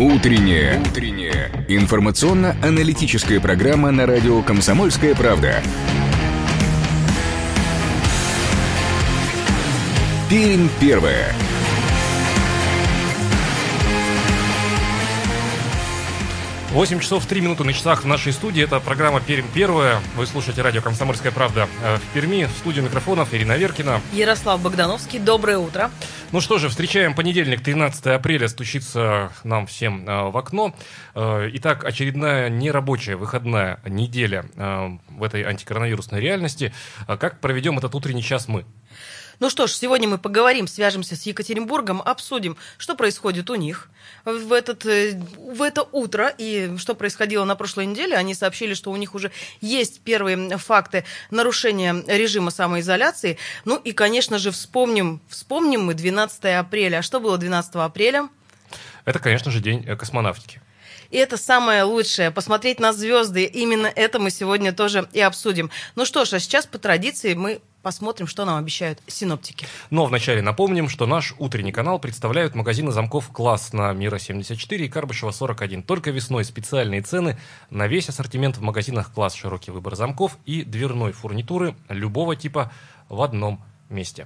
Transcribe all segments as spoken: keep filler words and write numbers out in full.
Утренняя. Утренняя. Информационно-аналитическая программа на радио «Комсомольская правда». Пермь первая. восемь часов три минуты на часах в нашей студии. Это программа «Пермь первая». Вы слушаете радио «Комсомольская правда» в Перми. В студию микрофонов Ирина Веркина. Ярослав Богдановский. Доброе утро. Ну что же, встречаем понедельник, тринадцатое апреля. Стучится нам всем в окно. Итак, очередная нерабочая выходная неделя в этой антикоронавирусной реальности. Как проведем этот утренний час мы? Ну что ж, сегодня мы поговорим, свяжемся с Екатеринбургом, обсудим, что происходит у них в, этот, в это утро и что происходило на прошлой неделе. Они сообщили, что у них уже есть первые факты нарушения режима самоизоляции. Ну и, конечно же, вспомним, вспомним мы двенадцатое апреля. А что было двенадцатого апреля? Это, конечно же, день космонавтики. И это самое лучшее. Посмотреть на звезды. Именно это мы сегодня тоже и обсудим. Ну что ж, а сейчас по традиции мы посмотрим, что нам обещают синоптики. Но вначале напомним, что наш утренний канал представляют магазины замков «Класс» на Мира семьдесят четыре и Карбышева сорок один. Только весной специальные цены на весь ассортимент в магазинах «Класс», широкий выбор замков и дверной фурнитуры любого типа в одном месте.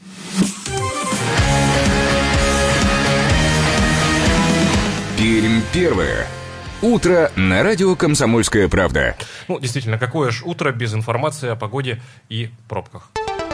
Пермь первая. Утро на радио «Комсомольская правда». Ну, действительно, какое ж утро без информации о погоде и пробках.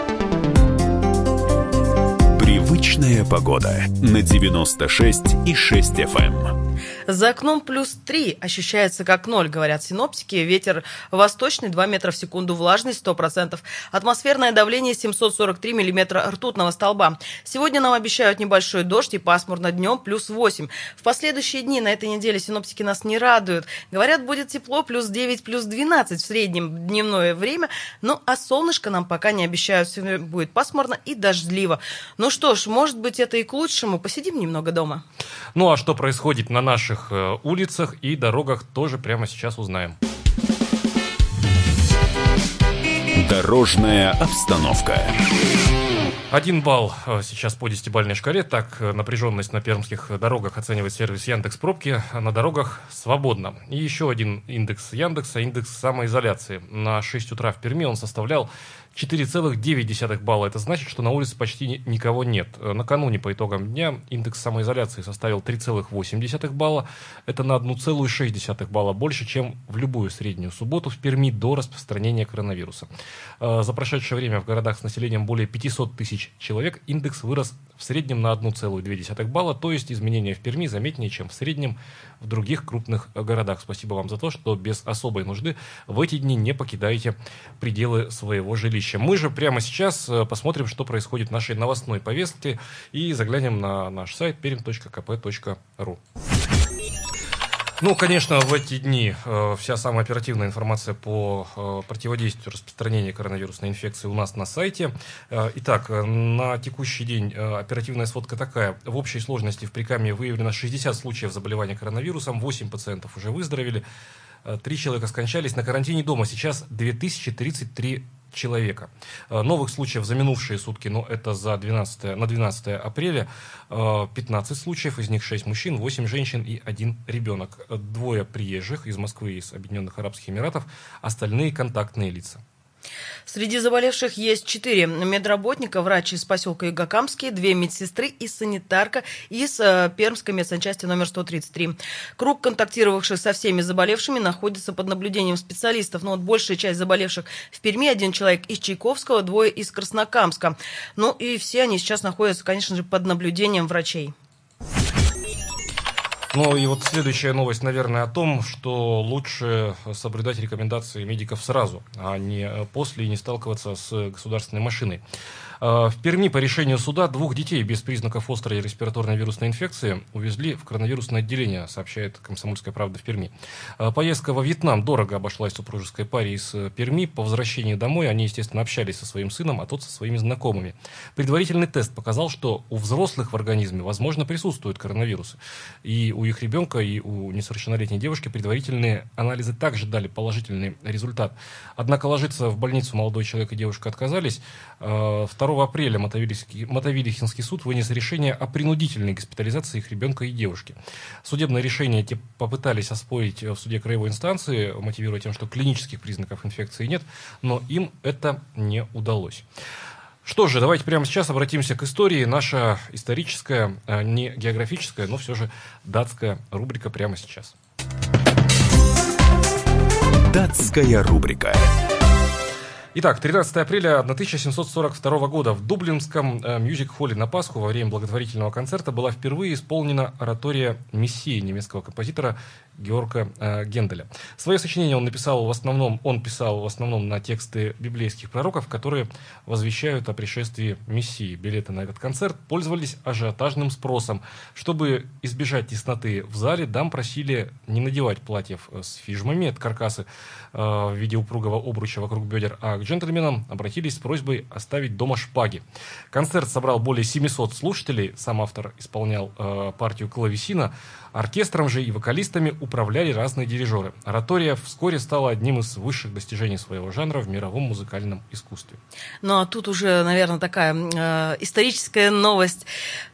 Привычная погода на девяносто шесть и шесть эф эм. За окном плюс три, ощущается как ноль, говорят синоптики. Ветер восточный, два метра в секунду, влажность сто процентов. Атмосферное давление семьсот сорок три миллиметра ртутного столба. Сегодня нам обещают небольшой дождь и пасмурно днем плюс восемь. В последующие дни на этой неделе синоптики нас не радуют. Говорят, будет тепло плюс девять, плюс двенадцать в среднем дневное время. Ну, а солнышко нам пока не обещают. Сегодня будет пасмурно и дождливо. Ну что ж, может быть, это и к лучшему. Посидим немного дома. Ну, а что происходит на наших э, улицах и дорогах, тоже прямо сейчас узнаем. Дорожная обстановка. Один балл сейчас по десятибалльной шкале. Так напряженность на пермских дорогах оценивает сервис Яндекс.Пробки. На дорогах свободно. И еще один индекс Яндекса, индекс самоизоляции. На шесть утра в Перми он составлял четыре целых девять десятых балла. Это значит, что на улице почти никого нет. Накануне по итогам дня индекс самоизоляции составил три целых восемь десятых балла. Это на одна целая шесть десятых балла больше, чем в любую среднюю субботу в Перми до распространения коронавируса. За прошедшее время в городах с населением более пятьсот тысяч человек индекс вырос в среднем на одна целая две десятых балла, то есть изменения в Перми заметнее, чем в среднем в других крупных городах. Спасибо вам за то, что без особой нужды в эти дни не покидаете пределы своего жилища. Мы же прямо сейчас посмотрим, что происходит в нашей новостной повестке, и заглянем на наш сайт пермь точка ка пэ точка ру. Ну, конечно, в эти дни э, вся самая оперативная информация по э, противодействию распространению коронавирусной инфекции у нас на сайте. Э, итак, э, на текущий день э, оперативная сводка такая. В общей сложности в Прикамье выявлено шестьдесят случаев заболевания коронавирусом, восемь пациентов уже выздоровели, э, три человека скончались. На карантине дома сейчас две тысячи тридцать три человека. Новых случаев за минувшие сутки, но это за двенадцатое, на двенадцатое апреля, пятнадцать случаев, из них шесть мужчин, восемь женщин и один ребенок. Двое приезжих из Москвы и из Объединенных Арабских Эмиратов, остальные контактные лица. Среди заболевших есть четыре медработника, врач из поселка Югокамский, две медсестры и санитарка из э, Пермской медсанчасти номер сто тридцать три. Круг контактировавших со всеми заболевшими находится под наблюдением специалистов. Но вот большая часть заболевших в Перми, один человек из Чайковского, двое из Краснокамска. Ну и все они сейчас находятся, конечно же, под наблюдением врачей. Ну и вот следующая новость, наверное, о том, что лучше соблюдать рекомендации медиков сразу, а не после и не сталкиваться с государственной машиной. В Перми по решению суда двух детей без признаков острой респираторной вирусной инфекции увезли в коронавирусное отделение, сообщает «Комсомольская правда» в Перми. Поездка во Вьетнам дорого обошлась супружеской паре из Перми. По возвращении домой они, естественно, общались со своим сыном, а тот со своими знакомыми. Предварительный тест показал, что у взрослых в организме, возможно, присутствует коронавирус. И у их ребенка и у несовершеннолетней девушки предварительные анализы также дали положительный результат. Однако ложиться в больницу молодой человек и девушка отказались. второго апреля Мотовилихинский суд вынес решение о принудительной госпитализации их ребенка и девушки. Судебное решение те попытались оспорить в суде краевой инстанции, мотивируя тем, что клинических признаков инфекции нет, но им это не удалось. Что же, давайте прямо сейчас обратимся к истории. Наша историческая, не географическая, но все же датская рубрика прямо сейчас. Датская рубрика. Итак, тринадцатого апреля тысяча семьсот сорок второго года в Дублинском мьюзик-холле на Пасху во время благотворительного концерта была впервые исполнена оратория «Мессии» немецкого композитора Георга э, Генделя. Свое сочинение он написал в основном, он писал в основном на тексты библейских пророков, которые возвещают о пришествии Мессии. Билеты на этот концерт пользовались ажиотажным спросом. Чтобы избежать тесноты в зале, дам просили не надевать платьев с фижмами от каркасы э, в виде упругого обруча вокруг бедер, а к джентльменам обратились с просьбой оставить дома шпаги. Концерт собрал более семисот слушателей. Сам автор исполнял э, партию клавесина. Оркестром же и вокалистами управляли разные дирижеры. Оратория вскоре стала одним из высших достижений своего жанра в мировом музыкальном искусстве. Ну а тут уже, наверное, такая э, историческая новость.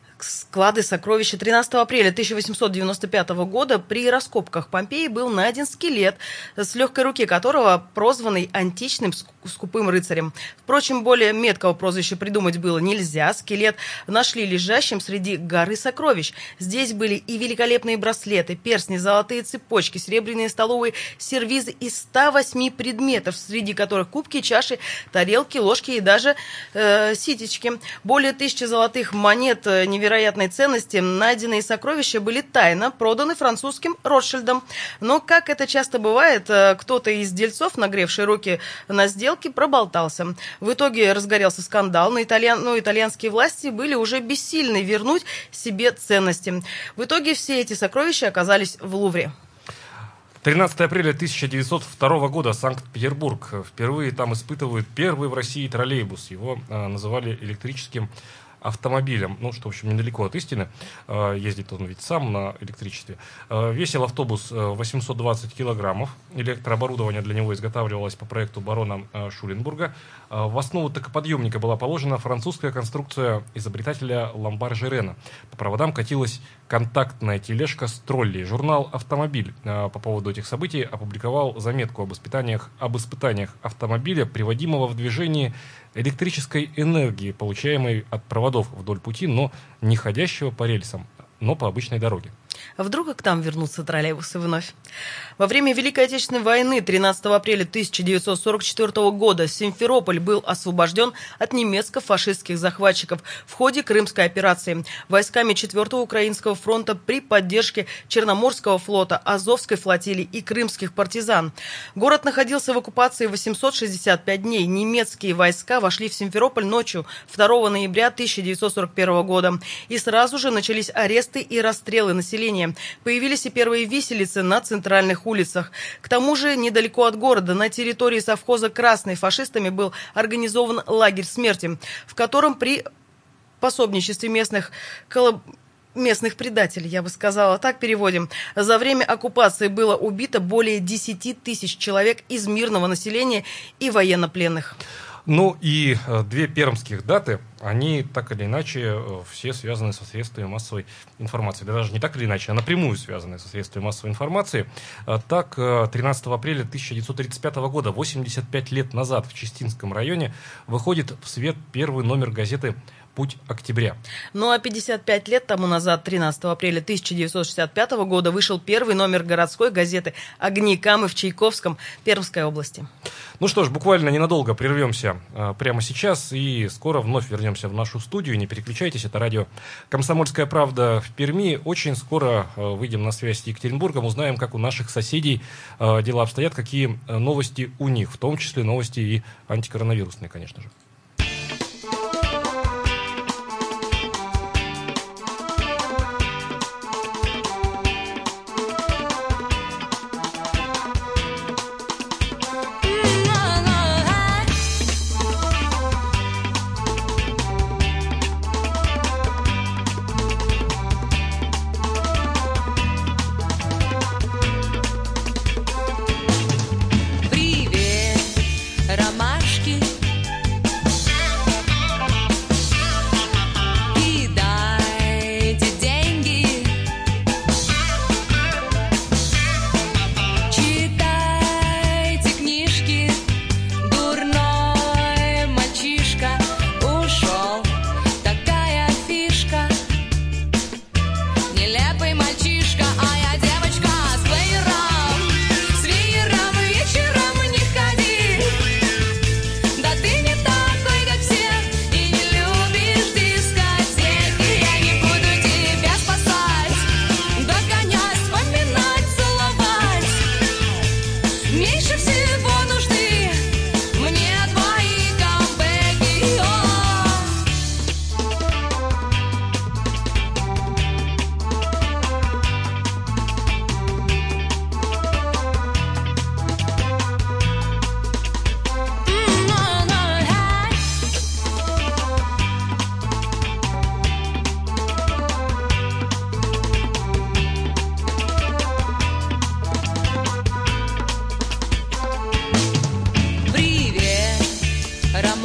Склады сокровища. тринадцатого апреля тысяча восемьсот девяносто пятого года при раскопках Помпеи был найден скелет, с легкой руки которого прозванный античным скупым рыцарем. Впрочем, более меткого прозвища придумать было нельзя. Скелет нашли лежащим среди горы сокровищ. Здесь были и великолепные браслеты, перстни, золотые цепочки, серебряные столовые сервизы из ста восьми предметов, среди которых кубки, чаши, тарелки, ложки и даже э, ситечки. Более тысячи золотых монет невероятных вероятной ценности найденные сокровища были тайно проданы французским Ротшильдам. Но, как это часто бывает, кто-то из дельцов, нагревший руки на сделке, проболтался. В итоге разгорелся скандал, но, итальян... но итальянские власти были уже бессильны вернуть себе ценности. В итоге все эти сокровища оказались в Лувре. тринадцатого апреля тысяча девятьсот второго года, Санкт-Петербург. Впервые там испытывают первый в России троллейбус. Его а, называли электрическим автомобилем, ну, что, в общем, недалеко от истины. Ездит он ведь сам на электричестве. Весил автобус восемьсот двадцать килограммов. Электрооборудование для него изготавливалось по проекту барона Шуленбурга. В основу токоподъемника была положена французская конструкция изобретателя Ламбар-Жерена. По проводам катилась контактная тележка с троллей. Журнал «Автомобиль» по поводу этих событий опубликовал заметку об испытаниях, об испытаниях автомобиля, приводимого в движение электрической энергии, получаемой от проводов вдоль пути, но не ходящего по рельсам, но по обычной дороге. А вдруг и к нам вернутся троллейбусы вновь? Во время Великой Отечественной войны тринадцатого апреля тысяча девятьсот сорок четвёртого года Симферополь был освобожден от немецко-фашистских захватчиков в ходе Крымской операции войсками четвёртого Украинского фронта при поддержке Черноморского флота, Азовской флотилии и крымских партизан. Город находился в оккупации восемьсот шестьдесят пять дней. Немецкие войска вошли в Симферополь ночью второго ноября тысяча девятьсот сорок первого года. И сразу же начались аресты и расстрелы населения. Появились и первые виселицы на центральных улицах. К тому же, недалеко от города, на территории совхоза «Красный» фашистами был организован лагерь смерти, в котором при пособничестве местных коллаб... местных предателей, я бы сказала, так переводим, за время оккупации было убито более десяти тысяч человек из мирного населения и военнопленных. Ну и э, две пермских даты, они так или иначе э, все связаны со средствами массовой информации. Да даже не так или иначе, а напрямую связаны со средствами массовой информации. Э, так, э, тринадцатого апреля тысяча девятьсот тридцать пятого года, восемьдесят пять лет назад, в Чистинском районе, выходит в свет первый номер газеты «Путь октября». Ну а пятьдесят пять лет тому назад, тринадцатого апреля тысяча девятьсот шестьдесят пятого года, вышел первый номер городской газеты «Огни Камы» в Чайковском, Пермской области. Ну что ж, буквально ненадолго прервемся э, прямо сейчас и скоро вновь вернемся в нашу студию. Не переключайтесь, это радио «Комсомольская правда» в Перми. Очень скоро э, выйдем на связь с Екатеринбургом, узнаем, как у наших соседей э, дела обстоят, какие э, новости у них, в том числе новости и антикоронавирусные, конечно же.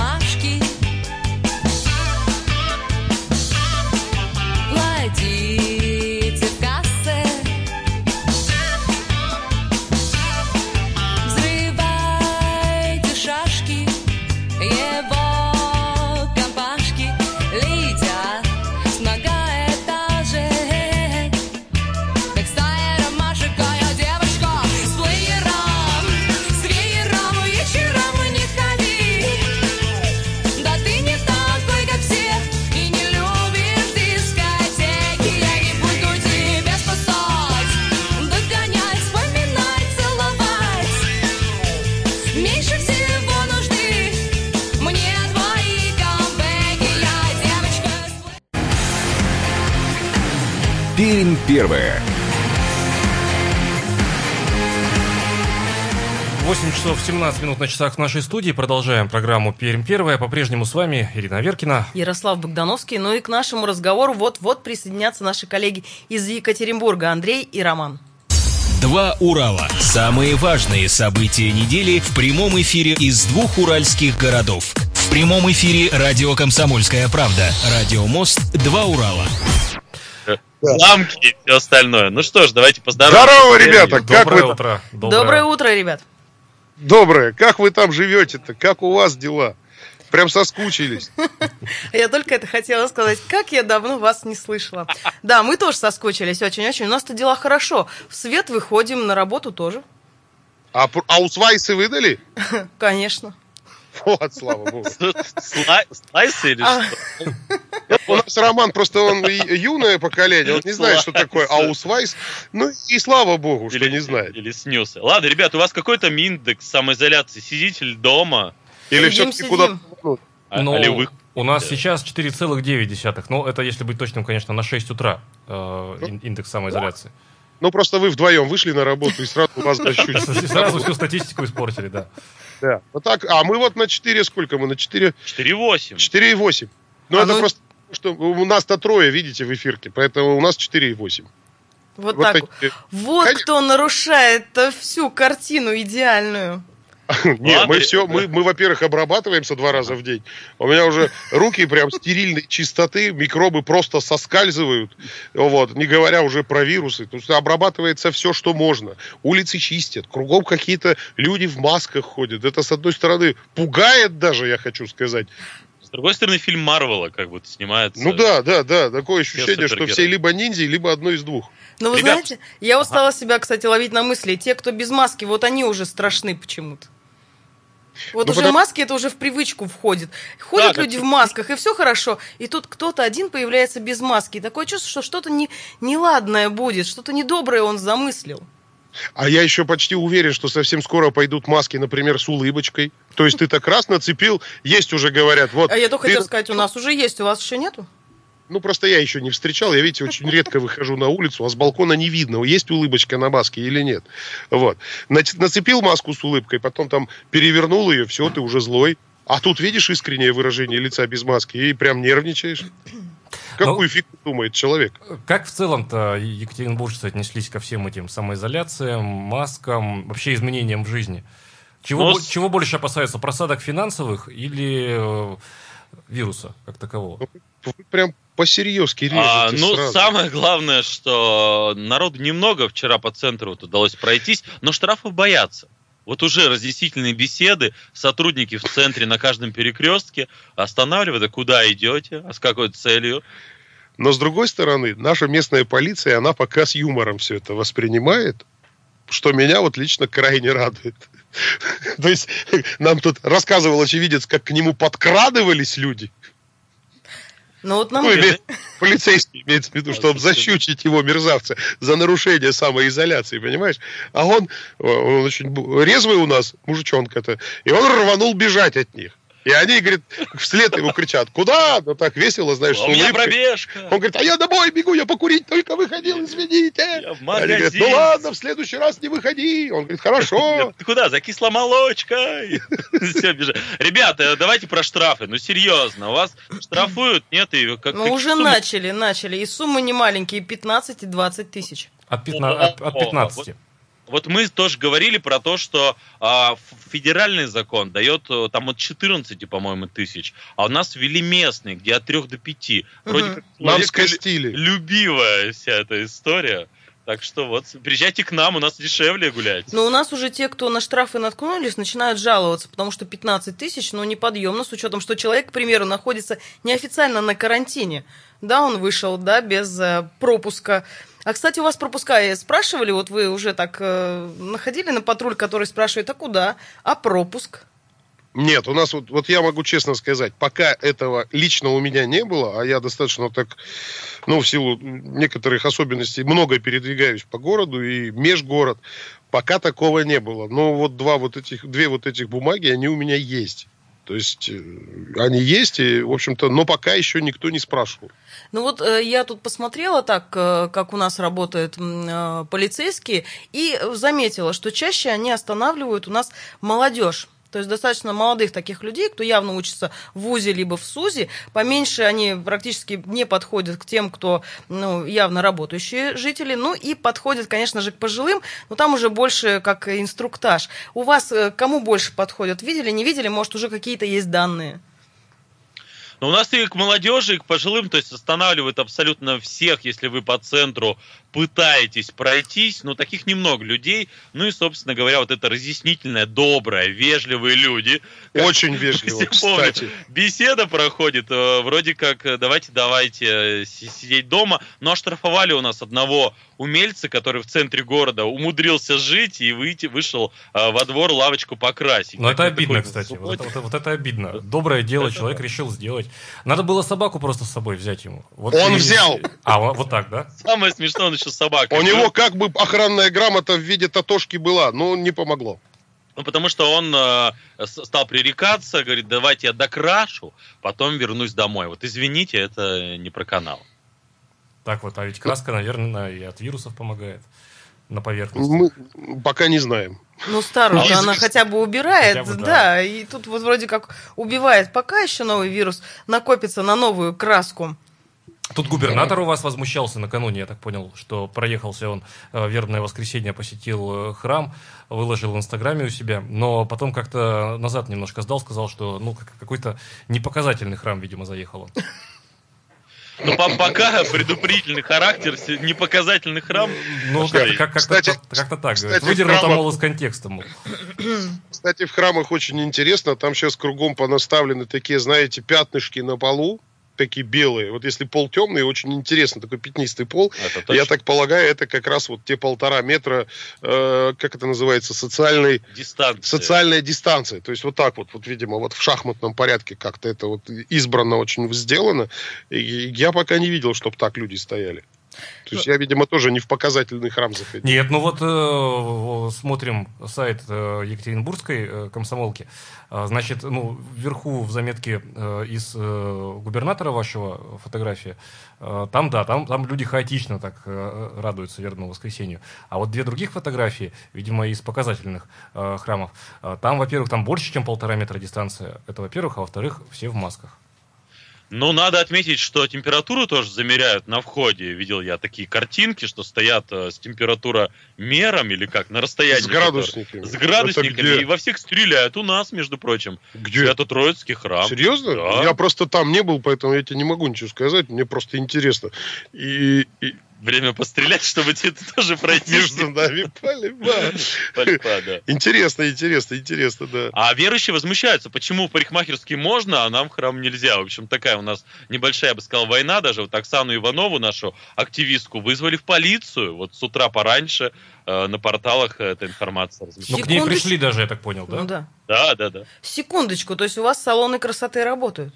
ромашки. Платите в кассе. Взрывайте шашки. Его компашки летят с многоэтажек, как стая ромашек. А я девочка с плеером, с веером вечером не ходи. Да ты не такой, как все, и не любишь дискотеки. Я не буду тебя спасать, догонять, вспоминать, целовать. Меньше всего нужны мне твои камбэки. Я девочка с Пермь первая. восемь часов семнадцать минут на часах в нашей студии. Продолжаем программу «Пермь первая». По-прежнему с вами Ирина Веркина. Ярослав Богдановский. Ну и к нашему разговору вот-вот присоединятся наши коллеги из Екатеринбурга Андрей и Роман. Два Урала. Самые важные события недели в прямом эфире из двух уральских городов. В прямом эфире радио «Комсомольская правда». Радио «Мост». Два Урала. Ламки и все остальное. Ну что ж, давайте поздороваемся. Здорово, ребята! Как Доброе вы... утро. Доброе утро, ребят. Доброе! Как вы там живете-то? Как у вас дела? Прям соскучились. Я только это хотела сказать. Как я давно вас не слышала. Да, мы тоже соскучились очень-очень. У нас-то дела хорошо. В свет выходим, на работу тоже. А пр- аусвайсы выдали? Конечно. Вот, слава богу. Слай- Слайсы или А. что? У нас Роман, просто он и- юное поколение, он не знает, что такое аусвайс. Ну и слава богу, что не знает. Или снюсы. Ладно, ребят, у вас какой там индекс самоизоляции? Сидите ли дома? Или Сидим, все-таки сидим. куда-то... ну, А- Ну, али вы- у нас сейчас четыре целых девять десятых. Ну, это, если быть точным, конечно, на шесть утра э, ин- индекс самоизоляции. Ну, просто вы вдвоем вышли на работу и сразу вас защитили. Сразу всю статистику испортили, да. Да. Вот так. А мы вот на четыре, сколько мы? На четыре... четыре восемь. четыре и восемь. Ну, А это ну- просто, что у нас-то трое, видите, в эфирке, поэтому у нас четыре и восемь. Вот, Вот так. такие. Вот Конечно. кто нарушает всю картину идеальную. Не, Ладно. мы все, мы, мы, во-первых, обрабатываемся два раза в день. У меня уже руки прям стерильной чистоты, микробы просто соскальзывают, вот, не говоря уже про вирусы. То есть обрабатывается все, что можно. Улицы чистят, кругом какие-то люди в масках ходят. Это, с одной стороны, пугает даже, я хочу сказать. С другой стороны, фильм Марвела как будто снимается. Ну да, да, да, такое ощущение, что супергерой. все либо ниндзя, либо одно из двух. Но вы Ребят. знаете, я устала себя, кстати, ловить на мысли. Те, кто без маски, вот они уже страшны почему-то. Вот Ну, уже потому- маски, это уже в привычку входит. Ходят Да, люди как- в масках, и все хорошо. И тут кто-то один появляется без маски. И такое чувство, что что-то не, неладное будет, что-то недоброе он замыслил. А я еще почти уверен, что совсем скоро пойдут маски, например, с улыбочкой. То есть ты так раз нацепил, есть уже, говорят, вот. А я только ты- хотела сказать, у нас уже есть, у вас еще нету? Ну, просто я еще не встречал. Я, видите, очень редко выхожу на улицу, а с балкона не видно, есть улыбочка на маске или нет. Вот. Нац- Нацепил маску с улыбкой, потом там перевернул ее, все, ты уже злой. А тут видишь искреннее выражение лица без маски и прям нервничаешь. Какую фигню думает человек? Как в целом-то екатеринбуржцы отнеслись ко всем этим самоизоляциям, маскам, вообще изменениям в жизни? Чего, Ну, бо- с- чего больше опасаются, просадок финансовых или э, вируса как такового? Вы прям по-серьезки А, режете ну, сразу. самое главное, что народу немного вчера по центру вот удалось пройтись, но штрафов боятся. Вот уже разъяснительные беседы, сотрудники в центре на каждом перекрестке останавливают, а куда идете, а с какой целью. Но, с другой стороны, наша местная полиция, она пока с юмором все это воспринимает, что меня вот лично крайне радует. То есть нам тут рассказывал очевидец, как к нему подкрадывались люди. Ну вот нам... Ну, или полицейский имеется в виду, чтобы защитить его, мерзавца, за нарушение самоизоляции, понимаешь? А он, он очень резвый у нас, мужичонка-то, и он рванул бежать от них. И они, говорит, вслед ему кричат: куда? Ну так весело, знаешь, А с у меня улыбкой. пробежка. Он говорит: а я домой бегу, я покурить только выходил, извините. Я в Они говорят: магазин. ну ладно, в следующий раз не выходи. Он говорит: хорошо. Ты куда? За кисломолочкой. Все, бежать. Ребята, давайте про штрафы. Ну, серьезно, у вас штрафуют? Нет? И как, Ну какие уже суммы? начали, начали. И суммы не маленькие, пятнадцать и двадцать тысяч. От, пятна- от- от О, пятнадцати. Вот мы тоже говорили про то, что а, федеральный закон дает а, там от четырнадцати, по-моему, тысяч, а у нас ввели местный, где от трех до пяти. Вроде Мгм. как Нам человека скостили. лю- любивая вся эта история. Так что вот, приезжайте к нам, у нас дешевле гулять. Но у нас уже те, кто на штрафы наткнулись, начинают жаловаться, потому что пятнадцать тысяч, ну, неподъемно, с учетом, что человек, к примеру, находится неофициально на карантине. Да, он вышел, да, без э, пропуска. А, кстати, у вас пропуска э, спрашивали, вот вы уже так э, находили на патруль, который спрашивает, а куда? А пропуск? Нет, у нас вот, вот я могу честно сказать, пока этого лично у меня не было, а я достаточно так, ну, в силу некоторых особенностей много передвигаюсь по городу и межгород, пока такого не было. Но вот два вот этих, две вот этих бумаги, они у меня есть. То есть э, они есть, и, в общем-то, но пока еще никто не спрашивал. Ну вот э, я тут посмотрела так, э, как у нас работают м, э, полицейские, и заметила, что чаще они останавливают у нас молодежь. То есть достаточно молодых таких людей, кто явно учится в ВУЗе либо в СУЗе, поменьше они практически не подходят к тем, кто, ну, явно работающие жители, ну и подходят, конечно же, к пожилым, но там уже больше как инструктаж. У вас э, кому больше подходят? Видели, не видели? Может, уже какие-то есть данные? Но у нас и к молодежи, и к пожилым, то есть останавливают абсолютно всех, если вы по центру пытаетесь пройтись, но таких немного людей. Ну и, собственно говоря, вот это разъяснительное, доброе, вежливые люди. Как Очень вежливо, я помню, кстати. беседа проходит, э, вроде как э, давайте-давайте э, си- сидеть дома, но оштрафовали у нас одного умельца, который в центре города умудрился жить и выйти, вышел э, во двор лавочку покрасить. Но это Так, обидно, такой кстати. Вот субботник. это, вот, вот это обидно. Доброе дело Это человек да. решил сделать. Надо было собаку просто с собой взять ему. Вот Он и- взял. А, вот вот так, да? Самое смешное, он еще собака. У него как бы охранная грамота в виде татошки была, но не помогло. Ну, потому что он э, с- стал пререкаться, говорит, давайте я докрашу, потом вернусь домой. Вот извините, это не про канал. Так вот, а ведь краска, наверное, и от вирусов помогает на поверхности. Мы пока не знаем. Ну, старую-то Неизвестно. она хотя бы убирает, Хотя бы да. да, и тут вот вроде как убивает. Пока еще новый вирус накопится на новую краску. Тут губернатор у вас возмущался накануне, я так понял, что проехался он э, вербное воскресенье, посетил э, храм, выложил в Инстаграме у себя, но потом как-то назад немножко сдал, сказал, что ну как- какой-то непоказательный храм, видимо, заехал он. Но по- пока предупредительный характер, с- непоказательный храм. Ну, что как- есть? как- как-то Кстати- как-то так, кстати, говорит. Выдернул там, храма- мол, из контекста, мол. Кстати, в храмах очень интересно, там сейчас кругом понаставлены такие, знаете, пятнышки на полу, такие белые. Вот если пол темный, очень интересно, такой пятнистый пол. Это точно. Я так полагаю, это как раз вот те полтора метра, э, как это называется, социальной, Дистанция. социальная дистанция. То есть вот так вот, вот, видимо, вот в шахматном порядке как-то это вот избрано очень сделано. И я пока не видел, чтобы так люди стояли. То есть я, видимо, тоже не в показательный храм заходил. Нет, ну вот э, смотрим сайт э, Екатеринбургской э, комсомолки. А, значит, ну, вверху в заметке э, из э, губернатора вашего фотография, э, там, да, там, там люди хаотично так э, радуются верному воскресенью. А вот две других фотографии, видимо, из показательных э, храмов, э, там, во-первых, там больше, чем полтора метра дистанция. Это, во-первых, а во-вторых, все в масках. Ну, надо отметить, что температуру тоже замеряют на входе. Видел я такие картинки, что стоят э, с температуромером или как, на расстоянии. С градусниками. которое- С градусниками. Это где? И во всех стреляют. У нас, между прочим. Где? Это Троицкий храм. Серьезно? Да. Я просто там не был, поэтому я тебе не могу ничего сказать. Мне просто интересно. И, и Время пострелять, чтобы тебе тоже пройти. между нами пальба. Пальба, да. Интересно, интересно, интересно, да. А верующие возмущаются, почему в парикмахерский можно, а нам в храм нельзя. В общем, такая у нас небольшая, я бы сказал, война. Даже вот Оксану Иванову, нашу активистку, вызвали в полицию. Вот с утра пораньше э, на порталах эта информация Ну, размещена. к ней Секундочку. пришли даже, я так понял, да? Ну да. Да, да, да. Секундочку, то есть у вас салоны красоты работают?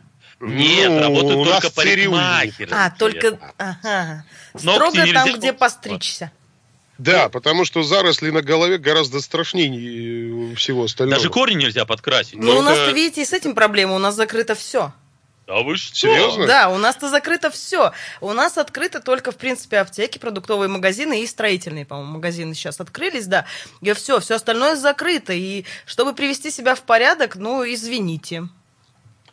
Нет, Ну, работают у нас только цирюльники. парикмахеры. А, только... Ага. Ногти Строго нельзя там, где вот. постричься. Да, потому что заросли на голове гораздо страшнее э, всего остального. Даже корни нельзя подкрасить. Ну, у Только- нас-то, видите, и с этим проблема. У нас закрыто все. Да вы что? Серьезно? Да, у нас-то закрыто все. У нас открыты только, в принципе, аптеки, продуктовые магазины и строительные, по-моему, магазины сейчас открылись, да. И все, все остальное закрыто. И чтобы привести себя в порядок, ну, извините.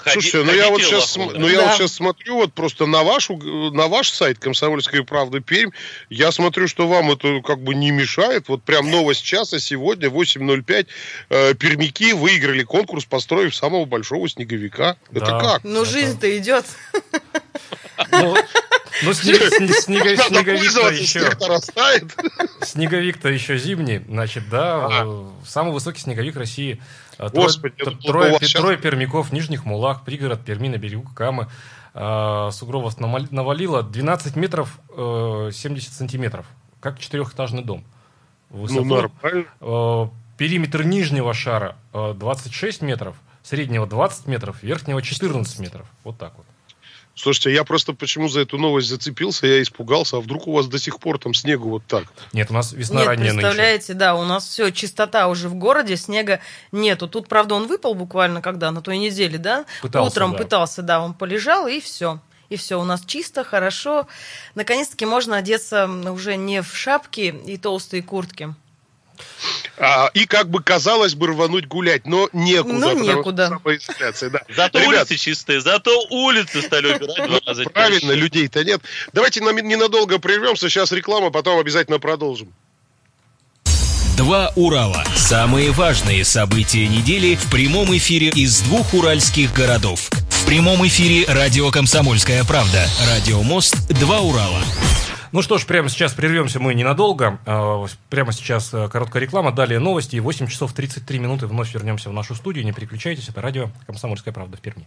Ходи- Слушайте, ну я вот ходите сейчас, лоху, да. ну я Да. вот сейчас смотрю вот просто на вашу, на ваш сайт «Комсомольская правда» Пермь. Я смотрю, что вам это как бы не мешает. Вот прям новость часа сегодня восемь ноль пять э, пермяки выиграли конкурс, построив самого большого снеговика. Это Да. как? Ну, жизнь-то идет. Ну, ну, снег- сне- снега- Надо снеговик-то пользоваться, еще, снег-то растает. снеговик-то еще зимний, значит, да, э, самый высокий снеговик России. Э, Трое, Господи, я тр- думал, трое, у вас пе- щас- трое пермяков, Нижних Мулах, пригород Перми на берегу Камы. Э, Сугробов намал- навалило двенадцать метров э, семьдесят сантиметров, как четырехэтажный дом. в Ну, высоту. нормально. Э, Периметр нижнего шара э, двадцать шесть метров, среднего двадцать метров, верхнего четырнадцать метров. Вот так вот. Слушайте, я просто почему за эту новость зацепился, я испугался, а вдруг у вас до сих пор там снегу вот так? Нет, у нас весна Нет, ранняя нынче. представляете, да, у нас все, чистота уже в городе, снега нету. Тут, правда, он выпал буквально когда, на той неделе, да? Пытался, Утром да. пытался, да, он полежал, и все. И все, у нас чисто, хорошо. Наконец-таки можно одеться уже не в шапки и толстые куртки. А, и как бы казалось бы рвануть гулять, но некуда. Ну, потому что некуда. самоизоляция, да. Зато Ребят, улицы чистые, зато улицы стали убирать два раза правильно, чаще. людей-то нет. Давайте нам ненадолго прервемся, сейчас реклама, потом обязательно продолжим. Два Урала. Самые важные события недели в прямом эфире из двух уральских городов. В прямом эфире радио «Комсомольская правда». Радио Мост. Два Урала. Ну что ж, прямо сейчас прервемся мы ненадолго. Э, Прямо сейчас э, короткая реклама, далее новости. И восемь часов тридцать три минуты вновь вернемся в нашу студию. Не переключайтесь, это радио «Комсомольская правда» в Перми.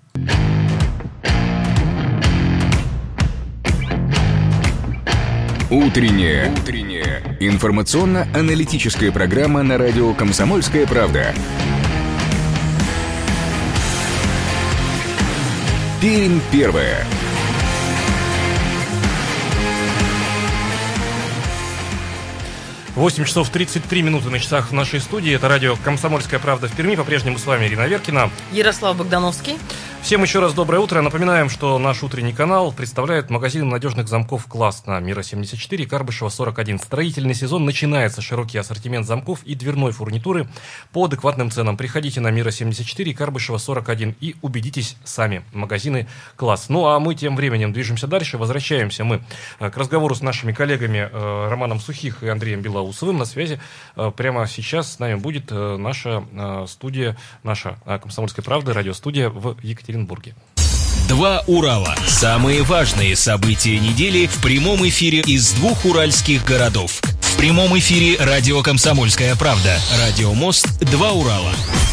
Утренняя. Утренняя. Информационно-аналитическая программа на радио «Комсомольская правда». Пермь первая. восемь часов тридцать три минуты на часах в нашей студии. Это радио «Комсомольская правда» в Перми. По-прежнему с вами Ирина Веркина. Ярослав Богдановский. Всем еще раз доброе утро. Напоминаем, что наш утренний канал представляет магазин надежных замков «Класс» на Мира семьдесят четыре, Карбышева сорок один. Строительный сезон начинается. Широкий ассортимент замков и дверной фурнитуры по адекватным ценам. Приходите на Мира семьдесят четыре, Карбышева сорок один и убедитесь сами. Магазины «Класс». Ну а мы тем временем движемся дальше. Возвращаемся мы к разговору с нашими коллегами э, Романом Сухих и Андреем Белоусовым. На связи э, прямо сейчас с нами будет э, наша э, студия, наша э, «Комсомольская правда», радиостудия в Екатеринбурге. Два Урала. Самые важные события недели в прямом эфире из двух уральских городов. В прямом эфире радио «Комсомольская правда». Радио Мост. Два Урала.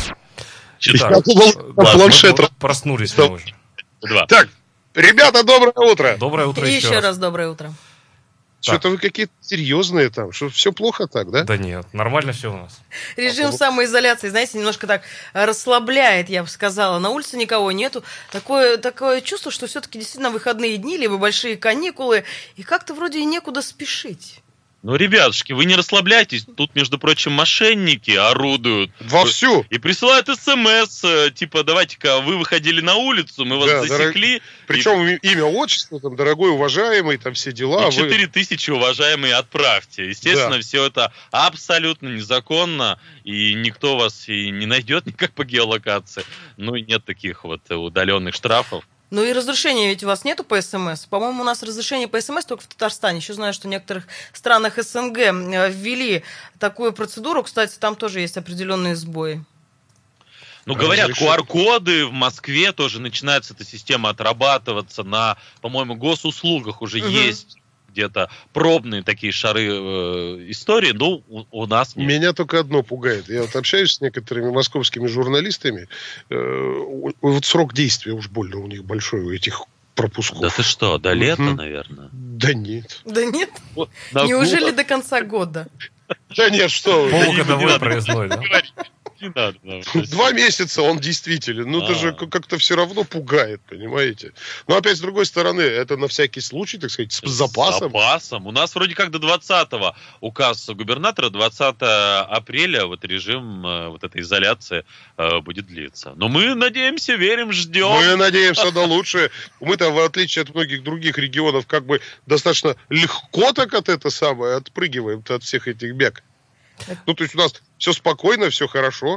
Итак, на да, планшет. мы- мы проснулись мы уже. Два. Так, ребята, доброе утро. Доброе утро И еще, еще раз. раз доброе утро. Что-то вы какие-то серьезные там, что все плохо так, да? Да нет, нормально все у нас. Режим самоизоляции, знаете, немножко так расслабляет, я бы сказала. На улице никого нету. Такое, такое чувство, что все-таки действительно выходные дни, либо большие каникулы, и как-то вроде и некуда спешить. Ну, ребятушки, вы не расслабляйтесь. Тут, между прочим, мошенники орудуют. Вовсю. И присылают смс, э, типа, давайте-ка, вы выходили на улицу, мы вас Да, засекли. Причем имя, отчество, там, дорогой, уважаемый, там все дела. И вы- четыре тысячи, уважаемые, отправьте. Естественно, Да. все это абсолютно незаконно, и никто вас и не найдет никак по геолокации. Ну, и нет таких вот удаленных штрафов. Ну и разрешения ведь у вас нету по СМС. По-моему, у нас разрешение по СМС только в Татарстане. Еще знаю, что в некоторых странах СНГ э, ввели такую процедуру. Кстати, там тоже есть определенные сбои. Ну, говорят, Разрешение. ку ар коды в Москве тоже начинается эта система отрабатываться на, по-моему, госуслугах уже Мгм. есть где-то пробные такие шары э, истории, но у, у нас нет. Меня только одно пугает. Я вот общаюсь с некоторыми московскими журналистами. э, у- Вот срок действия уж больно у них большой, у этих пропусков. Да ты что, до лета, Мгм. наверное? Да нет. Да нет? Вот, на Неужели год. до конца года? Да нет, что вы. Полугодовой надо. проездной, да? Не надо нам. Два месяца он действителен. Ну, это А. же к- как-то все равно пугает, понимаете? Но опять, с другой стороны, это на всякий случай, так сказать, с С запасом. запасом. У нас вроде как до двадцатого указ губернатора, двадцатого апреля вот режим э, вот этой изоляции э, будет длиться. Но мы надеемся, верим, ждем. Мы надеемся на лучшее. Мы-то, в отличие от многих других регионов, как бы достаточно легко так от это самое отпрыгиваем от всех этих бяг. Ну, то есть у нас все спокойно, все хорошо.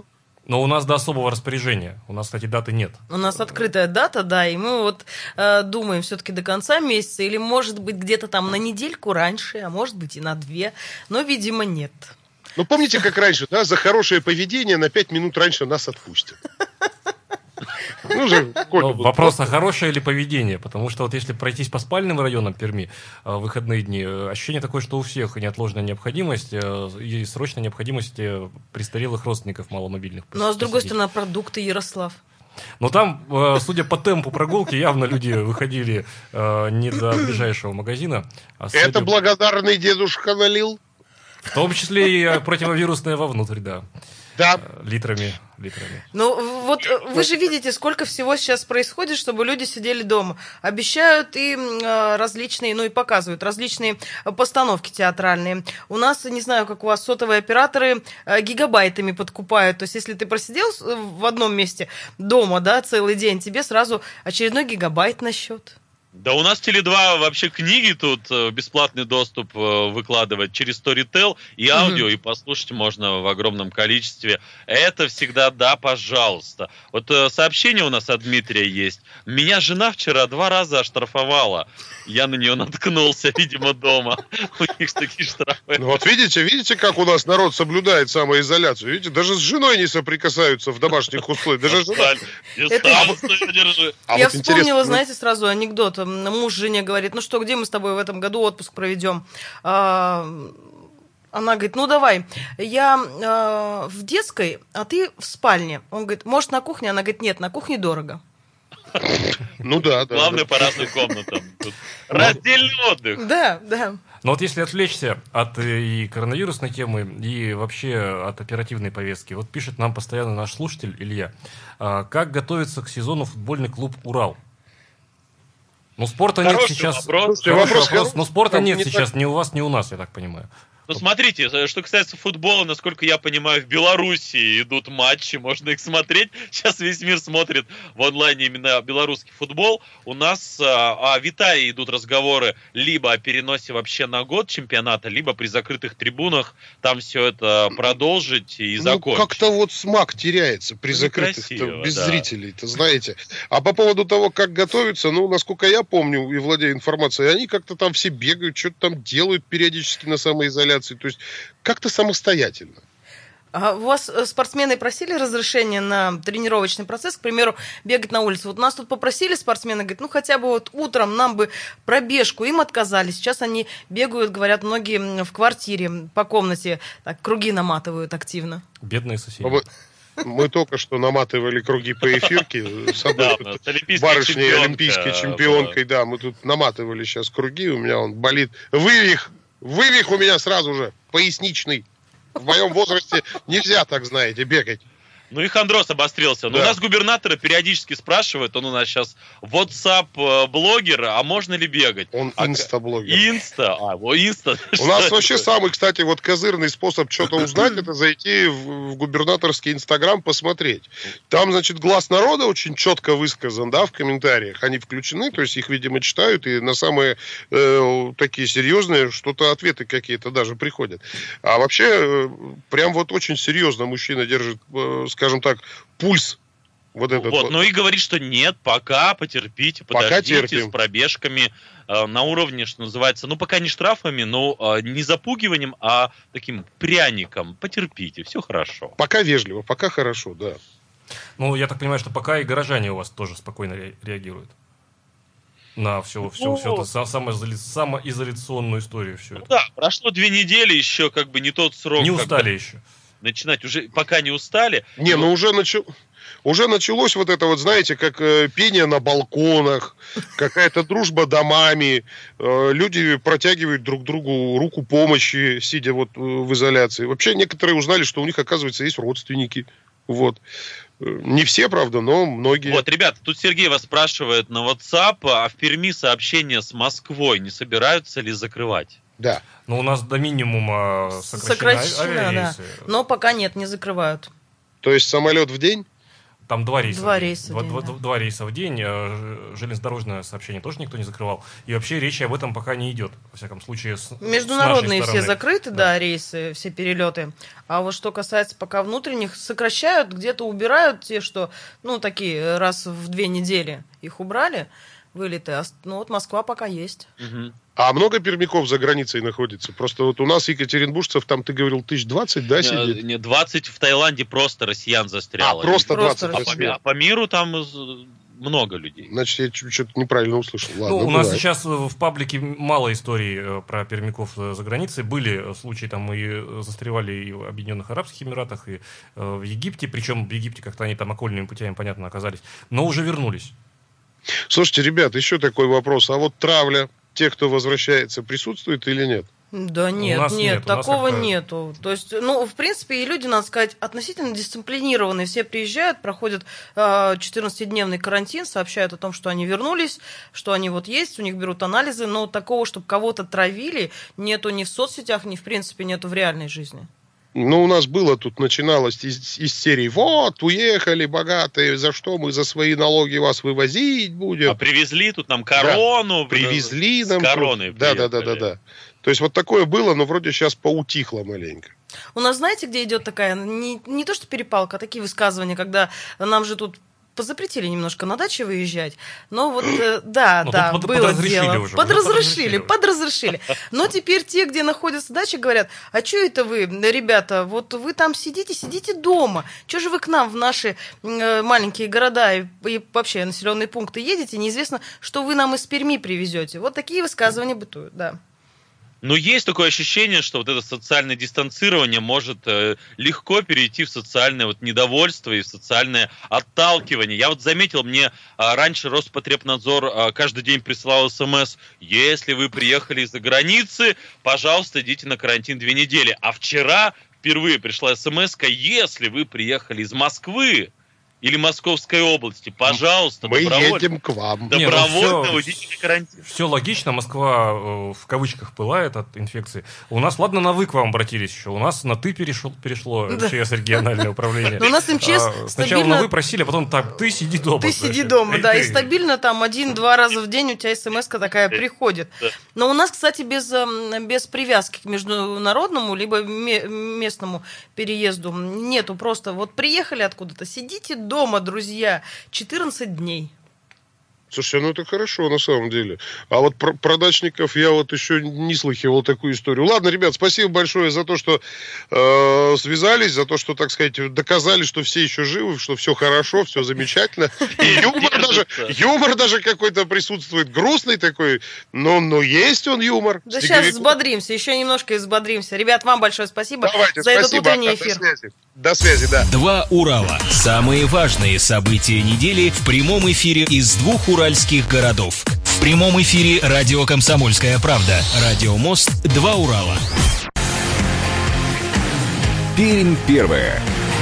Но у нас до особого распоряжения. У нас, кстати, даты нет. У нас открытая дата, да, и мы вот э, думаем все-таки до конца месяца, или может быть где-то там на недельку раньше, а может быть и на две, но, видимо, нет. Ну, помните, как раньше, да, за хорошее поведение на пять минут раньше нас отпустят. Ну, же, Но вопрос, а хорошее или поведение? Потому что вот если пройтись по спальным районам Перми э, в выходные дни, э, ощущение такое, что у всех неотложная необходимость э, и срочная необходимость э, престарелых родственников маломобильных. Ну, а с другой посетить. стороны, продукты Ярослав. Но там, э, судя по темпу прогулки, явно люди выходили э, не до ближайшего магазина. А судя... Это благодарный дедушка налил? В том числе и э, противовирусное вовнутрь, да. Да. Литрами, литрами. Ну, вот э, вы же видите, сколько всего сейчас происходит, чтобы люди сидели дома. Обещают и э, различные, ну и показывают различные постановки театральные. У нас, не знаю, как у вас, сотовые операторы э, гигабайтами подкупают. То есть, если ты просидел в одном месте дома, да, целый день, тебе сразу очередной гигабайт на счет. Да у нас Теле два вообще книги тут э, бесплатный доступ э, выкладывает через Storytel, и аудио, mm-hmm. и послушать можно в огромном количестве. Это всегда да, пожалуйста. Вот э, сообщение у нас от Дмитрия есть. Меня жена вчера два раза оштрафовала. Я на нее наткнулся, видимо, дома. У них такие штрафы. Ну вот видите, видите, как у нас народ соблюдает самоизоляцию. Видите, даже с женой не соприкасаются в домашних условиях. Даже жена... Я вспомнила, знаете, сразу анекдот. Муж жене говорит, ну что, где мы с тобой в этом году отпуск проведем? Она говорит, ну давай, я в детской, а ты в спальне. Он говорит, может на кухне? Она говорит, нет, на кухне дорого. Ну да, да. Главное, по разным комнатам. Раздельный отдых. Да, да. Но вот если отвлечься от и коронавирусной темы, и вообще от оперативной повестки, вот пишет нам постоянно наш слушатель Илья, как готовится к сезону футбольный клуб «Урал»? Ну, спорта Хороший нет сейчас. Вопрос. Хороший вопрос. вопрос. Но спорта Там нет не сейчас так... ни у вас, ни у нас, я так понимаю. Ну, смотрите, что касается футбола, насколько я понимаю, в Беларуси идут матчи, можно их смотреть. Сейчас весь мир смотрит в онлайне именно белорусский футбол. У нас а, в Италии идут разговоры либо о переносе вообще на год чемпионата, либо при закрытых трибунах там все это продолжить и закончить. Ну, как-то вот смак теряется при ну, закрытых, без да. зрителей-то, знаете. А по поводу того, как готовиться, ну, насколько я помню и владею информацией, они как-то там все бегают, что-то там делают периодически на самоизоляции. То есть как-то самостоятельно. А у вас спортсмены просили разрешения на тренировочный процесс, к примеру, бегать на улице? Вот нас тут попросили спортсмены, говорят, ну хотя бы вот утром нам бы пробежку, им отказали. Сейчас они бегают, говорят, многие в квартире, по комнате, так, круги наматывают активно. Бедные соседи. Мы только что наматывали круги по эфирке с одной барышней олимпийской чемпионкой. Да, мы тут наматывали сейчас круги, у меня он болит. Вывих! Вывих у меня сразу же, поясничный. В моем возрасте нельзя, так знаете, бегать. Ну и хондроз обострился. Но да. У нас губернатора периодически спрашивает, он у нас сейчас WhatsApp-блогер, а можно ли бегать? Он а, инста-блогер. Инста? А, о, инста. У нас вообще самый, кстати, вот козырный способ что-то узнать, это зайти в, в губернаторский инстаграм, посмотреть. Там, значит, глаз народа очень четко высказан, да, в комментариях. Они включены, то есть их, видимо, читают, и на самые э, такие серьезные что-то ответы какие-то даже приходят. А вообще, э, прям вот очень серьезно мужчина держит, э, скажем так, пульс. Вот, этот вот, вот. Ну и говорит, что нет, пока потерпите, подождите пока с пробежками э, на уровне, что называется, ну пока не штрафами, но э, не запугиванием, а таким пряником. Потерпите, все хорошо. Пока вежливо, пока хорошо, да. Ну, я так понимаю, что пока и горожане у вас тоже спокойно ре- реагируют на все, все, ну, все это самоизоля... самоизоляционную историю. Все ну, это. да, прошло две недели, еще как бы не тот срок. Не устали бы... еще. Начинать уже, пока не устали. Не, ну уже, начал, уже началось вот это вот, знаете, как э, пение на балконах, какая-то дружба домами, э, люди протягивают друг другу руку помощи, сидя вот э, в изоляции. Вообще некоторые узнали, что у них, оказывается, есть родственники. Вот. Не все, правда, но многие. Вот, ребята, тут Сергей вас спрашивает на WhatsApp, а в Перми сообщения с Москвой не собираются ли закрывать? Да. Но у нас до минимума сокращены Сокращено, авиарейсы. да. Но пока нет, не закрывают. То есть самолет в день? Там два рейса. Два в день. рейса в Два, день, два- да. два рейса в день. э, Железнодорожное сообщение тоже никто не закрывал. И вообще речи об этом пока не идет. Во всяком случае, с, Международные с нашей все стороны. закрыты, да. рейсы, все перелеты. А вот что касается пока внутренних, сокращают, где-то убирают те, что, ну, такие, раз в две недели их убрали, вылеты. А, ну, вот Москва пока есть. Мгм. А много пермяков за границей находится? Просто вот у нас екатеринбуржцев, там ты говорил, тысяч двадцать, да, Не, сидит? не, двадцать в Таиланде просто россиян А, застряло. просто Просто двадцать. А по, ми- а по миру там из- много людей. Значит, я чуть- что-то неправильно услышал. Ладно, Ну, у нас бывает. сейчас в паблике мало историй э, про пермяков э, за границей. Были случаи, там и э, застревали и в Объединенных Арабских Эмиратах, и э, в Египте. Причем в Египте как-то они там окольными путями, понятно, оказались. Но уже вернулись. Слушайте, ребят, еще такой вопрос. А вот травля, те, кто возвращается, присутствует или нет? Да нет, нас нет, нет, у нас такого как-то- нету. То есть, ну, в принципе, и люди, надо сказать, относительно дисциплинированные. Все приезжают, проходят э, четырнадцатидневный карантин, сообщают о том, что они вернулись, что они вот есть, у них берут анализы, но такого, чтобы кого-то травили, нету ни в соцсетях, ни, в принципе, нету в реальной жизни. Ну, у нас было тут, начиналось из, из серии, вот, уехали богатые, за что мы за свои налоги вас вывозить будем? А привезли тут нам корону. Привезли с нам. короной Да, да, да, да, приехали. да. То есть вот такое было, но вроде сейчас поутихло маленько. У нас, знаете, где идет такая, не, не то что перепалка, а такие высказывания, когда нам же тут позапретили немножко на даче выезжать, но вот, э, да, Ну, да, тут под- было подразрешили дело. уже, уже подразрешили, подразрешили. подразрешили. Но теперь те, где находятся дачи, говорят, а что это вы, ребята, вот вы там сидите, сидите дома, что же вы к нам в наши э, маленькие города и, и вообще населенные пункты едете, неизвестно, что вы нам из Перми привезете. Вот такие высказывания бытуют, да. Но есть такое ощущение, что вот это социальное дистанцирование может э, легко перейти в социальное вот недовольство и в социальное отталкивание. Я вот заметил, мне а, раньше Роспотребнадзор а, каждый день присылал смс: если вы приехали из-за границы, пожалуйста, идите на карантин две недели. А вчера впервые пришла смс-ка: если вы приехали из Москвы или Московской области, пожалуйста, Мы добровольно, едем к вам. Не, ну добровольно всё- уйдите на карантин. Все логично, Москва э, в кавычках пылает от инфекции. У нас, ладно, на «вы» к вам обратились еще, у нас на «ты» перешел, перешло Да. МЧС, региональное управление. Но у нас МЧС А, Сначала стабильно- на «вы» просили, а потом так, ты сиди дома. Ты значит. сиди дома, Эй, да, ты. и стабильно там один-два раза в день у тебя смс-ка такая приходит. Да. Но у нас, кстати, без, эм, без привязки к международному либо ме- местному переезду нету. Просто вот приехали откуда-то, сидите дома, друзья, четырнадцать дней. Слушай, ну это хорошо на самом деле. А вот про, про дачников я вот еще не слыхивал такую историю. Ладно, ребят, спасибо большое за то, что э, связались, за то, что, так сказать, доказали, что все еще живы, что все хорошо, все замечательно. И юмор даже, юмор даже какой-то присутствует, грустный такой, но, но есть он юмор. Да сейчас взбодримся, еще немножко взбодримся. Ребят, вам большое спасибо Давайте, за этот спасибо. утренний До эфир. связи. До связи, да. Два Урала. Самые важные события недели в прямом эфире из двух уральских городов. В прямом эфире радио «Комсомольская правда». Радио Мост. Два Урала. Пермь первая.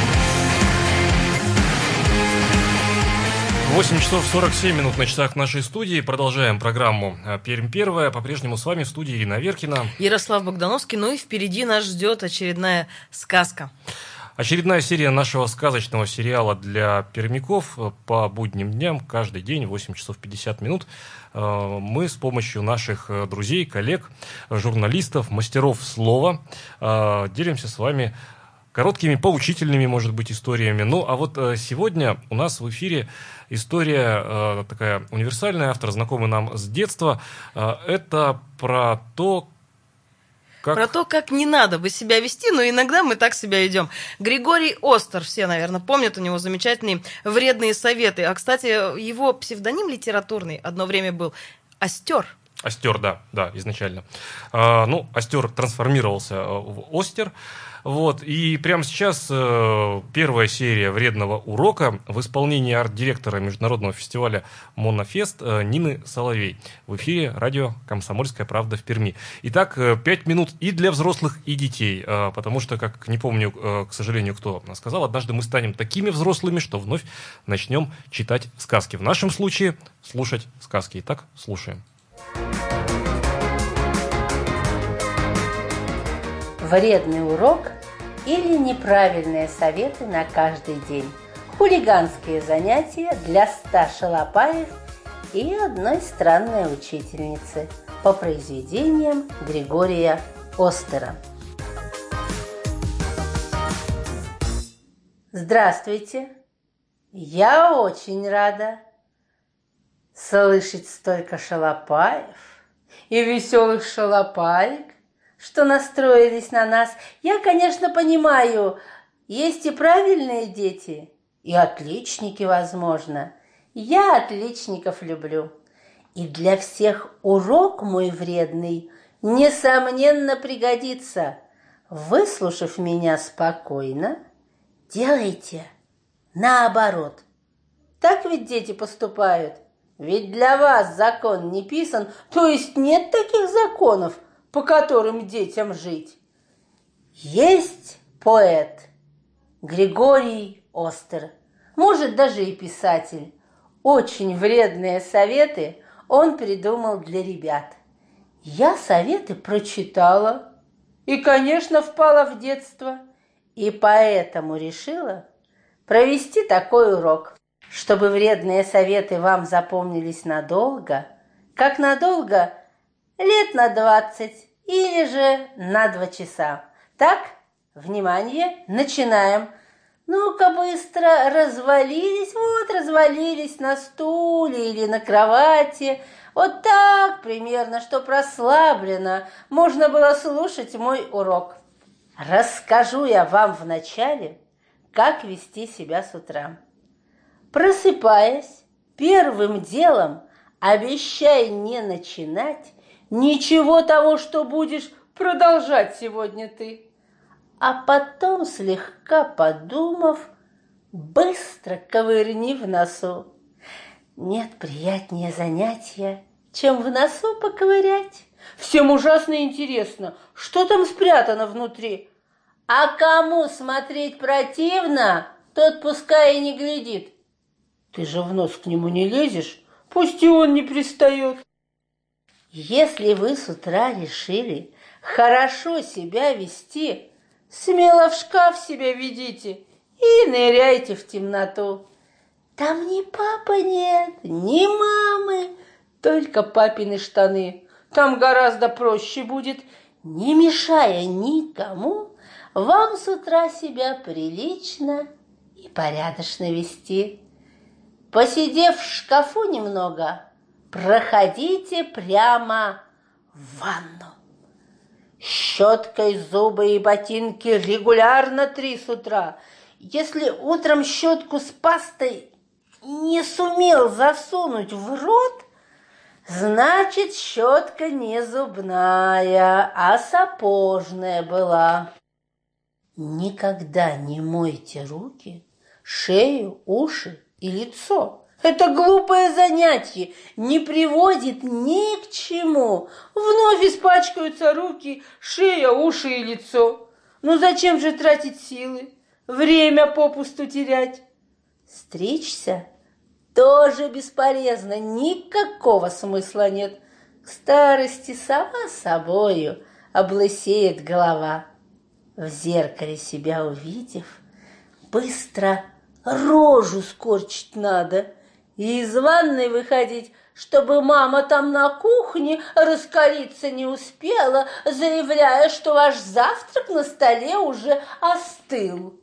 восемь часов сорок семь минут на часах нашей студии. Продолжаем программу «Пермь первая». По-прежнему с вами в студии Ирина Веркина. Ярослав Богдановский, ну и впереди нас ждет очередная сказка. Очередная серия нашего сказочного сериала для пермяков по будним дням, каждый день, восемь часов пятьдесят минут. Мы с помощью наших друзей, коллег, журналистов, мастеров слова делимся с вами короткими, поучительными, может быть, историями. Ну, а вот сегодня у нас в эфире история такая универсальная, автор знакомый нам с детства. Это про то, Как? Про то, как не надо бы себя вести, но иногда мы так себя ведем. Григорий Остер, все, наверное, помнят, у него замечательные вредные советы. А, кстати, его псевдоним литературный одно время был Остер. Остер, да, да, изначально. А, ну, Остер трансформировался в Остер. Вот, и прямо сейчас э, первая серия «Вредного урока» в исполнении арт-директора международного фестиваля «Монофест» э, Нины Соловей. В эфире радио «Комсомольская правда» в Перми. Итак, э, пять минут и для взрослых, и детей. Э, потому что, как не помню, э, к сожалению, кто сказал, однажды мы станем такими взрослыми, что вновь начнем читать сказки. В нашем случае слушать сказки. Итак, слушаем. Вредный урок или неправильные советы на каждый день. Хулиганские занятия для ста шалопаев и одной странной учительницы по произведениям Григория Остера. Здравствуйте! Я очень рада слышать столько шалопаев и веселых шалопаек, что настроились на нас. Я, конечно, понимаю, есть и правильные дети, и отличники, возможно. Я отличников люблю. И для всех урок мой вредный, несомненно, пригодится. Выслушав меня спокойно, делайте наоборот. Так ведь дети поступают. Ведь для вас закон не писан, то есть нет таких законов, по которым детям жить. Есть поэт Григорий Остер, может, даже и писатель. Очень вредные советы он придумал для ребят. Я советы прочитала и, конечно, впала в детство. И поэтому решила провести такой урок, чтобы вредные советы вам запомнились надолго, как надолго лет на двадцать или же на два часа. Так, внимание, начинаем. Ну-ка быстро, развалились, вот развалились на стуле или на кровати. Вот так примерно, чтоб расслабленно можно было слушать мой урок. Расскажу я вам вначале, как вести себя с утра. Просыпаясь, первым делом обещай не начинать ничего того, что будешь продолжать сегодня ты. А потом, слегка подумав, быстро ковырни в носу. Нет приятнее занятия, чем в носу поковырять. Всем ужасно интересно, что там спрятано внутри. А кому смотреть противно, тот пускай и не глядит. Ты же в нос к нему не лезешь, пусть и он не пристает. Если вы с утра решили хорошо себя вести, смело в шкаф себя ведите и ныряйте в темноту. Там ни папы нет, ни мамы, только папины штаны. Там гораздо проще будет, не мешая никому, вам с утра себя прилично и порядочно вести. Посидев в шкафу немного, проходите прямо в ванну. Щеткой зубы и ботинки регулярно три с утра. Если утром щетку с пастой не сумел засунуть в рот, значит, щетка не зубная, а сапожная была. Никогда не мойте руки, шею, уши и лицо. Это глупое занятие, не приводит ни к чему. Вновь испачкаются руки, шея, уши и лицо. Ну зачем же тратить силы, время попусту терять? Стричься тоже бесполезно, никакого смысла нет. К старости сама собою облысеет голова. В зеркале себя увидев, быстро рожу скорчить надо и из ванной выходить, чтобы мама там на кухне раскалиться не успела, заявляя, что ваш завтрак на столе уже остыл.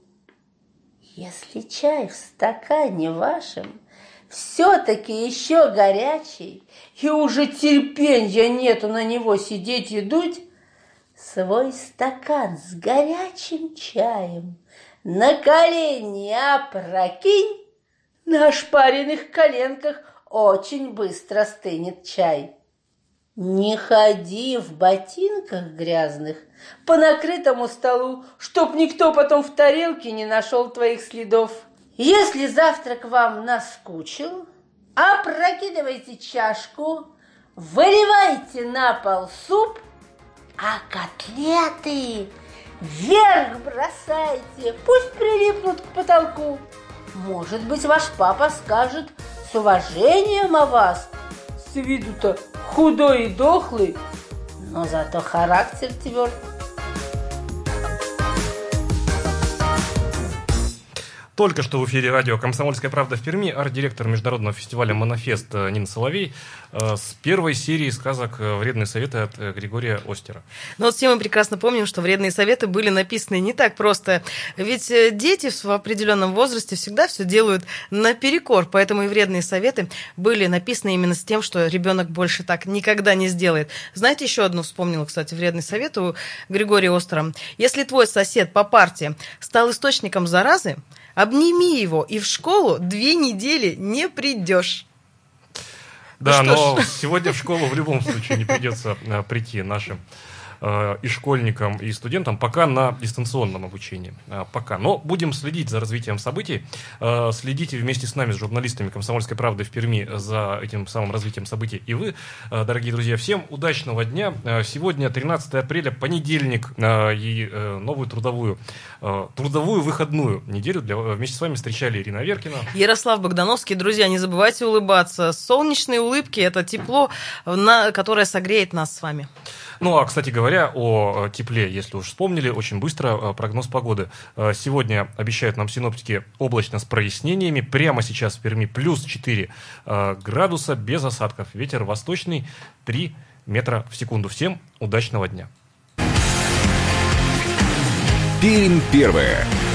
Если чай в стакане вашем все-таки еще горячий, и уже терпенья нету на него сидеть и дуть, свой стакан с горячим чаем на колени опрокинь, на ошпаренных коленках очень быстро стынет чай. Не ходи в ботинках грязных по накрытому столу, чтоб никто потом в тарелке не нашел твоих следов. Если завтрак вам наскучил, опрокидывайте чашку, выливайте на пол суп, а котлеты вверх бросайте, пусть прилипнут к потолку. Может быть, ваш папа скажет с уважением о вас. С виду-то худой и дохлый, но зато характер тверд. Только что в эфире радио «Комсомольская правда» в Перми арт-директор международного фестиваля «Монофест» Нина Соловей с первой серии сказок «Вредные советы» от Григория Остера. Но вот все мы прекрасно помним, что вредные советы были написаны не так просто. Ведь дети в определенном возрасте всегда все делают наперекор, поэтому и вредные советы были написаны именно с тем, что ребенок больше так никогда не сделает. Знаете, еще одну вспомнила, кстати, вредный совет у Григория Остера. Если твой сосед по парте стал источником заразы, обними его, и в школу две недели не придешь. Да, ну но сегодня в школу в любом случае не придется а, прийти нашим а, и школьникам, и студентам, пока на дистанционном обучении. А, пока. Но будем следить за развитием событий. А, следите вместе с нами, с журналистами «Комсомольской правды» в Перми, за этим самым развитием событий. И вы, а, дорогие друзья, всем удачного дня. А, сегодня тринадцатое апреля, понедельник, а, и а, новую трудовую, а, трудовую выходную неделю для, вместе с вами встречали Ирина Аверкина. Ярослав Богдановский. Друзья, не забывайте улыбаться. Солнечные улыбки – это тепло, на, которое согреет нас с вами. Ну, а, кстати говоря, о тепле, если уж вспомнили, очень быстро прогноз погоды. Сегодня обещают нам синоптики облачно с прояснениями. Прямо сейчас в Перми плюс четыре градуса, без осадков. Ветер восточный три метра в секунду. Всем удачного дня. Пермь первая.